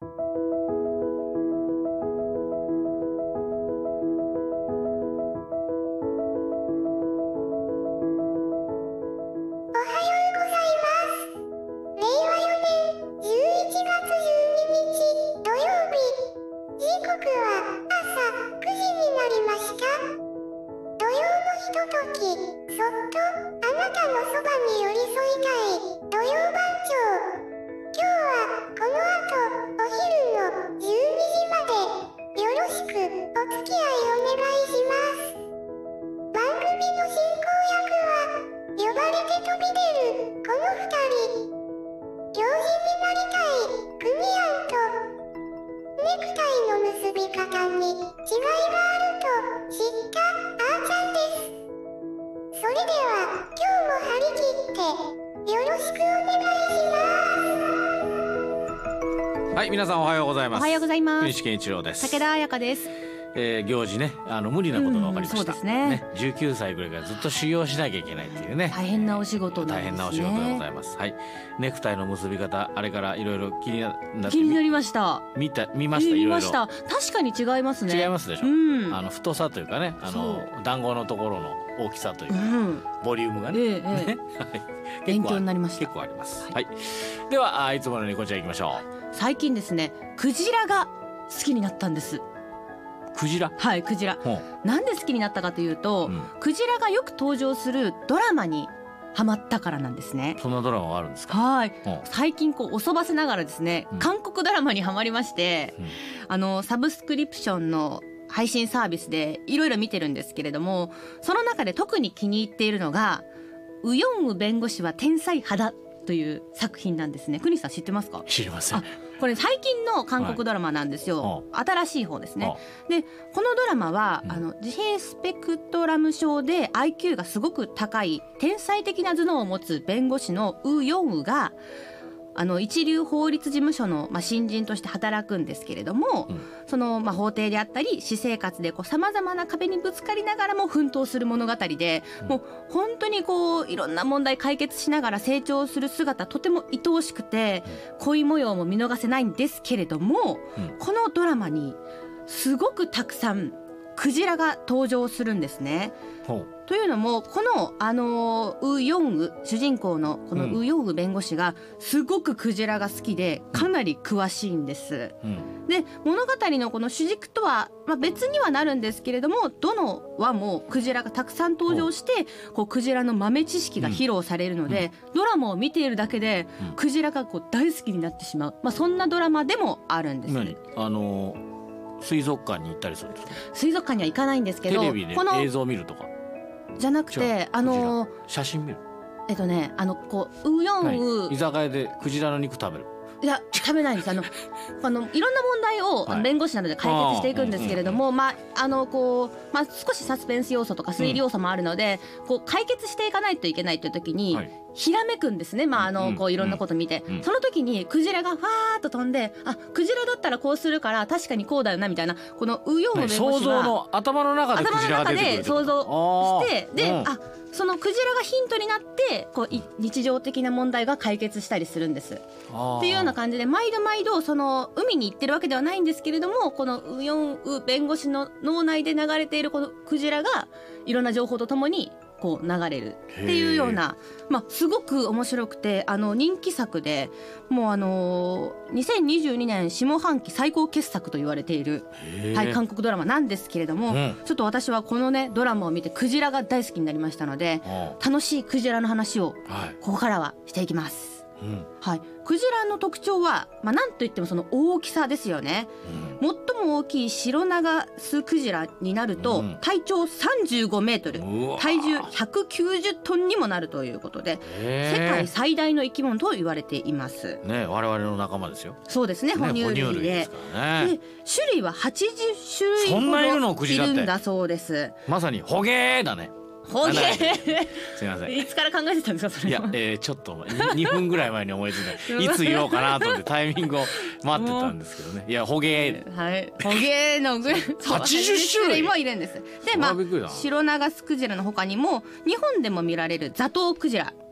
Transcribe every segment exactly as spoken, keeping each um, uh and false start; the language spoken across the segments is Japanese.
はい、皆さんおはようございます。 おはようございます。 国西健一郎です。 武田彩香です。 えー、行事ね、あの無理なことが分かりました。 そうですね。 ね、じゅうきゅうさいぐらいからずっと修行しなきゃいけないっていうね。 大変なお仕事なんですね。 大変なお仕事でございます。はい。ネクタイの結び方、あれからいろいろ気になって気になりました。 見た見ました。 見ました。確かに違いますね。 違いますでしょ。うん、あの太さというかね、あの団子のところの大きさというか、うん、ボリュームがね。ええね勉強になりました。 結構あります。はい。はい、ではあいつものようにこちら行きましょう。 最近ですね、クジラが好きになったんです。 クジラ？ はい、クジラ。なんで好きになったかというと、うん、クジラがよく登場するドラマにハマったからなんですね。 そんなドラマがあるんですか？ はい。最近こうおそばせながらですね、うん、韓国ドラマにハマりまして、うん、あのサブスクリプションの配信サービスでいろいろ見てるんですけれども、その中で特に気に入っているのがウヨンウ弁護士は天才派だという作品なんですね。国さん知ってますか？ 知りません。 これ最近の韓国ドラマなんですよ、はい、新しい方ですね。でこのドラマは、うん、あの自閉スペクトラム症で アイキュー がすごく高い天才的な頭脳を持つ弁護士のウ・ヨンウがあの一流法律事務所の、まあ、新人として働くんですけれども、うん、その、まあ、法廷であったり私生活でさまざまな壁にぶつかりながらも奮闘する物語で、うん、もう本当にこういろんな問題解決しながら成長する姿とても愛おしくて、うん、恋模様も見逃せないんですけれども、うん、このドラマにすごくたくさんクジラが登場するんですね。というのもこの、あのウ・ヨンウ主人公のこのウ・ヨンウ弁護士がすごくクジラが好きでかなり詳しいんです、うん、で物語のこの主軸とは、まあ、別にはなるんですけれども、どの話もクジラがたくさん登場してこうクジラの豆知識が披露されるので、うん、ドラマを見ているだけでクジラがこう大好きになってしまう、まあ、そんなドラマでもあるんです。 何あの水族館に行ったりするんですか？ 水族館には行かないんですけど、 テレビで映像を見るとかじゃなくて、あの写真見る。 えっとね、あのこうウヨンウ居酒屋でクジラの肉食べる。 いや食べないんです。あのあのいろんな問題を弁護士なので解決していくんですけれども、まああのこうまあ少しサスペンス要素とか推理要素もあるので、うん、こう解決していかないといけないという時に、はい、ひらめくんですね。まああのこういろんなこと見て、うんうん、その時にクジラがファーッと飛んで、あクジラだったらこうするから確かにこうだよなみたいな、このウヨンウ弁護士が想像の頭の中でクジラが出てくるってこと。 頭の中で想像してで、うん、あそのクジラがヒントになってこう日常的な問題が解決したりするんですっていうような感じで、毎度毎度その海に行ってるわけではないんですけれども、このウヨンウ弁護士の脳内で流れているこのクジラがいろんな情報とともにこう流れるっていうような、まあ、すごく面白くてあの人気作で、もうあのにせんにじゅうにねん下半期最高傑作と言われている、はい、韓国ドラマなんですけれども、うん、ちょっと私はこのねドラマを見てクジラが大好きになりましたので、楽しいクジラの話をここからはしていきます。うん、はい、クジラの特徴は、まあ、なんといってもその大きさですよね、うん、最も大きいシロナガスクジラになると、うん、体長さんじゅうごメートル、体重ひゃくきゅうじゅうトンにもなるということで、世界最大の生き物と言われています、 ね、我々の仲間ですよ。 そうですね、哺乳類 で, 哺乳類ですからね。で種類ははちじゅっしゅるいほどそんないるのクジラっているんだそうです。 まさにホゲーだね。 ほげすみません。 いつから考えてたんですかそれは。 いや、えー、ちょっとにふんぐらい前に思いついたいつ言おうかなと思ってタイミングを待ってたんですけどね。いや、ホゲー、 はい、ホゲーのぐはちじゅっしゅるいもいるんです。で、まあシロナガスクジラの他にも日本でも見られるザトウクジラ、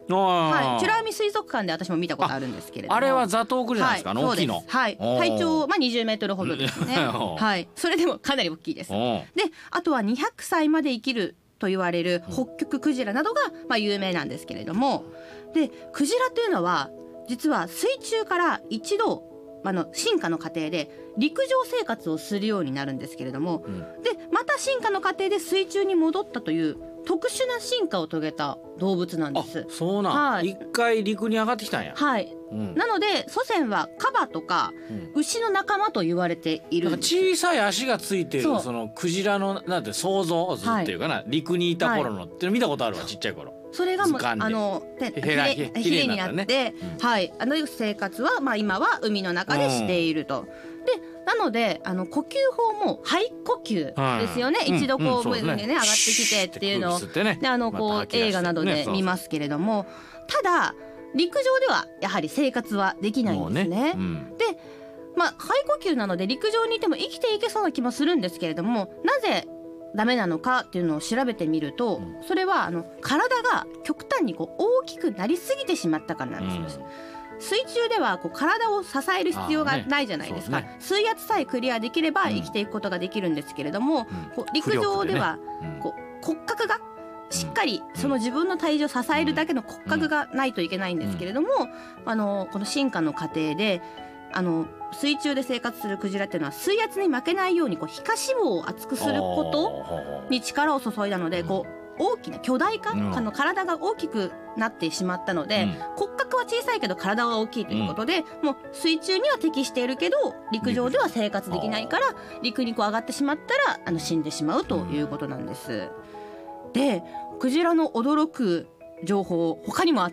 はい、美ら海水族館で私も見たことあるんですけれども、 あ, あれはザトウクジラですか、はい、大きいの。 はい、体長まあにじゅうメートルほどですねはい、それでもかなり大きいです。であとはにひゃくさいまで生きると言われる北極クジラなどがまあ有名なんですけれども、でクジラというのは実は水中から一度あの進化の過程で陸上生活をするようになるんですけれども、うん、でまた進化の過程で水中に戻ったという特殊な進化を遂げた動物なんです。 あ、そうなん、はい、一回陸に上がってきたんや。 はい、うん、なので祖先はカバとか牛の仲間と言われているんです。 小さい足がついてる そ, そのクジラのなんて想像図っていうかな、はい、陸にいた頃のって見たことあるわ、ちっちゃい頃。 それがもうあのヒレになって、うん、はい、あの生活はまあ今は海の中でしていると、うん、でなのであの呼吸法も肺呼吸ですよね、うん、一度こう上に、ね、上がってきてっていうのを、ね、であのこう、ま、映画などで見ますけれども、ただ陸上ではやはり生活はできないんですね。うん、で、まあ、肺呼吸なので陸上にいても生きていけそうな気もするんですけれども、なぜダメなのかっていうのを調べてみると、うん、それはあの体が極端にこう大きくなりすぎてしまったからなんです、うん、水中ではこう体を支える必要がないじゃないですか、ねね、水圧さえクリアできれば生きていくことができるんですけれども、うん、こう陸上ではこう骨格がしっかりその自分の体重を支えるだけの骨格がないといけないんですけれども、あのこの進化の過程であの水中で生活するクジラっていうのは水圧に負けないようにこう皮下脂肪を厚くすることに力を注いだので、こう大きな巨大化、うん、あの体が大きくなってしまったので、うん、骨格は小さいけど体は大きいということで、うん、もう水中には適しているけど陸上では生活できないから陸にこう上がってしまったらあの死んでしまうということなんです。でクジラの驚く情報他にもあって、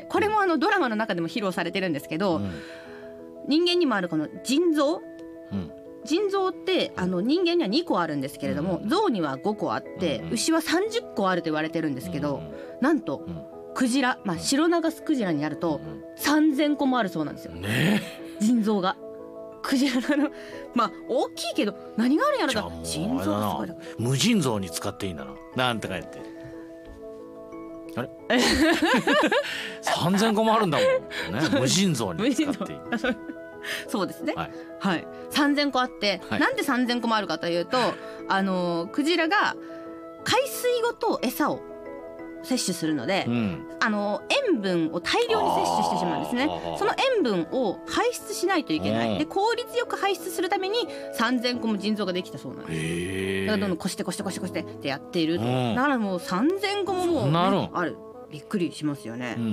これもあのドラマの中でも披露されてるんですけど、うん、人間にもあるこの腎臓、うん、腎臓ってあの人間にはにこあるんですけれども、うん、象にはごこあって、うん、牛はさんじゅっこあると言われてるんですけど、うん、なんと、うん、クジラ、まあ、シロナガスクジラになると、うん、さんぜんこもあるそうなんですよ、ね、腎臓が。クジラのまあ大きいけど何があるんやろか。腎臓がすごいな。 無尽蔵に使っていいんだな、なんて書いてあれさんぜんこもあるんだもんね。無尽蔵に使っていいそうですね、はいはい、さんぜんこあって、はい、なんでさんぜんこもあるかというと、あのクジラが海水ごと餌を摂取するので、うん、あの塩分を大量に摂取してしまうんですね。その塩分を排出しないといけない。で効率よく排出するためにさんぜんこも腎臓ができたそうなんです。だからどんどんこしてこしてこしてこしてってやっていると。だからもうさんぜんこももう、ね、ある。びっくりしますよね、うん、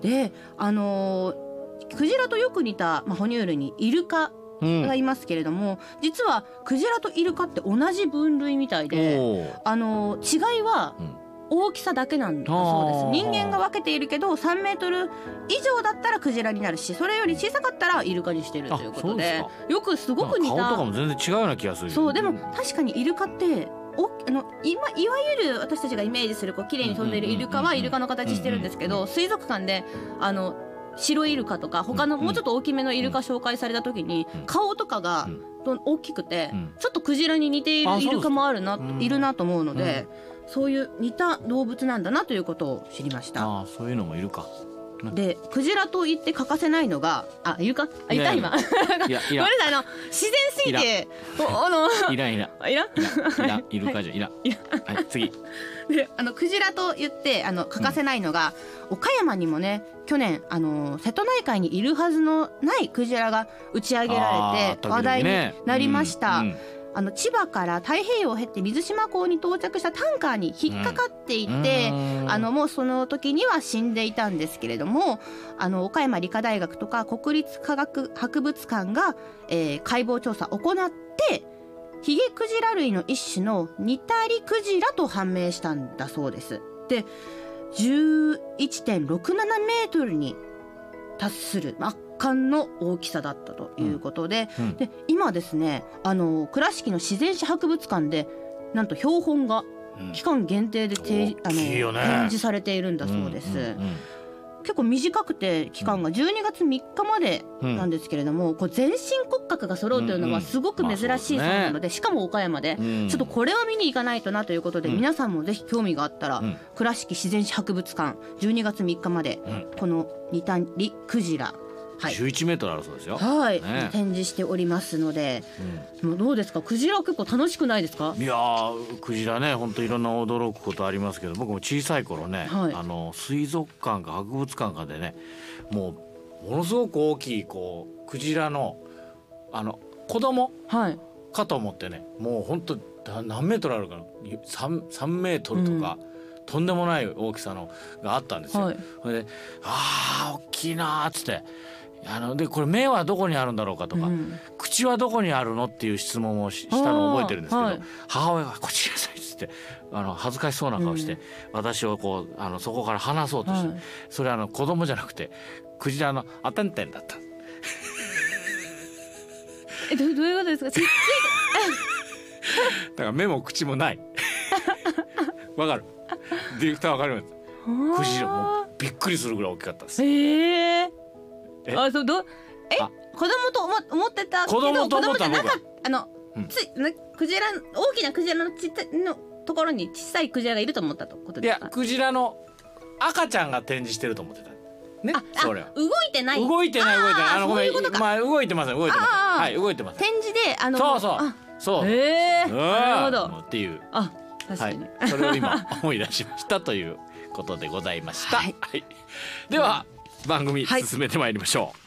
であのー、クジラとよく似た、まあ、哺乳類にイルカがいますけれども、うん、実はクジラとイルカって同じ分類みたいで、あのー、違いは、うん大きさだけなんだそうです。人間が分けているけどさんメートル以上だったらクジラになるし、それより小さかったらイルカにしてるということで、よくすごく似た。 顔とかも全然違うような気がする。 そうでも確かにイルカっておあの い, まいわゆる私たちがイメージするこう綺麗に飛んでいるイルカはイルカの形してるんですけど、水族館であの白イルカとか他のもうちょっと大きめのイルカ紹介された時に顔とかが大きくてちょっとクジラに似ているイルカもあるないるなと思うので、そういう似た動物なんだなということを知りました。 ああ、そういうのもいるか。 でクジラと言って欠かせないのがあいるかあいた今ごめんなさい、あの自然すぎてあのいらんいらんいらんいらんいるかじゃいらん、はい、次であのクジラと言ってあの欠かせないのが、うん、岡山にもね去年あの瀬戸内海にいるはずのないクジラが打ち上げられて話題になりました、うんうん、あの千葉から太平洋を経って水島港に到着したタンカーに引っかかっていて、うん、あのもうその時には死んでいたんですけれども、あの岡山理科大学とか国立科学博物館が、えー、解剖調査を行ってヒゲクジラ類の一種のニタリクジラと判明したんだそうです。で じゅういってんろくななメートルに達する圧巻の大きさだったということで、うんうん、で今ですねあの倉敷の自然史博物館でなんと標本が期間限定で、うん、あの展示されているんだそうです、うんうんうんうん、 結構短くて期間がじゅうにがつみっかまでなんですけれども、こう全身骨格が揃うというのはすごく珍しいそうなので、しかも岡山で、ちょっとこれを見に行かないとなということで、皆さんもぜひ興味があったら、倉敷自然史博物館じゅうにがつみっかまでこのニタリクジラ、はい、 じゅういちメートルあるそうですよ。 はい、 ね、 展示しておりますので、うん、もうどうですか、クジラ結構楽しくないですか？ いやー、クジラね、本当いろんな驚くことありますけど、僕も小さい頃ね、はい、あの水族館か博物館かでね、もうものすごく大きいこうクジラのあの子供、はい、かと思ってね、もう本当何メートルあるかな、 3, 3メートルとか、うん、とんでもない大きさのがあったんですよ。はい、それで、あー大きいなーっつって、あのでこれ目はどこにあるんだろうかとか、うん、口はどこにあるのっていう質問をしたのを覚えてるんですけど、はい、母親がこっちなさいっつってあの恥ずかしそうな顔して、うん、私をこうあのそこから離そうとして、はい、それはあの子供じゃなくてクジラのアテンテンだった。 え ど, どういうことですか？ちっちゃいだから目も口もない。わかる？ディレクターわかります？クジラもうびっくりするぐらい大きかったです。 えーえあそうどえ子供と思思ってたけど、 子供と思った子供じゃなかったあの、うん、つクジラ大きなクジラのちっちゃのところに小さいクジラがいると思ったとことですか？ いや、クジラの赤ちゃんが展示してると思ってたね。 あそれは動いてない動いてない動いてないあのごめん、まあ動いてます動いてます、はい動いてます。 展示であのそうそうそう、 えー、なるほどっていう、 あ確かに、 はい、それを今思い出しましたということでございました。はい、はい、では番組進めてまいりましょう。はい、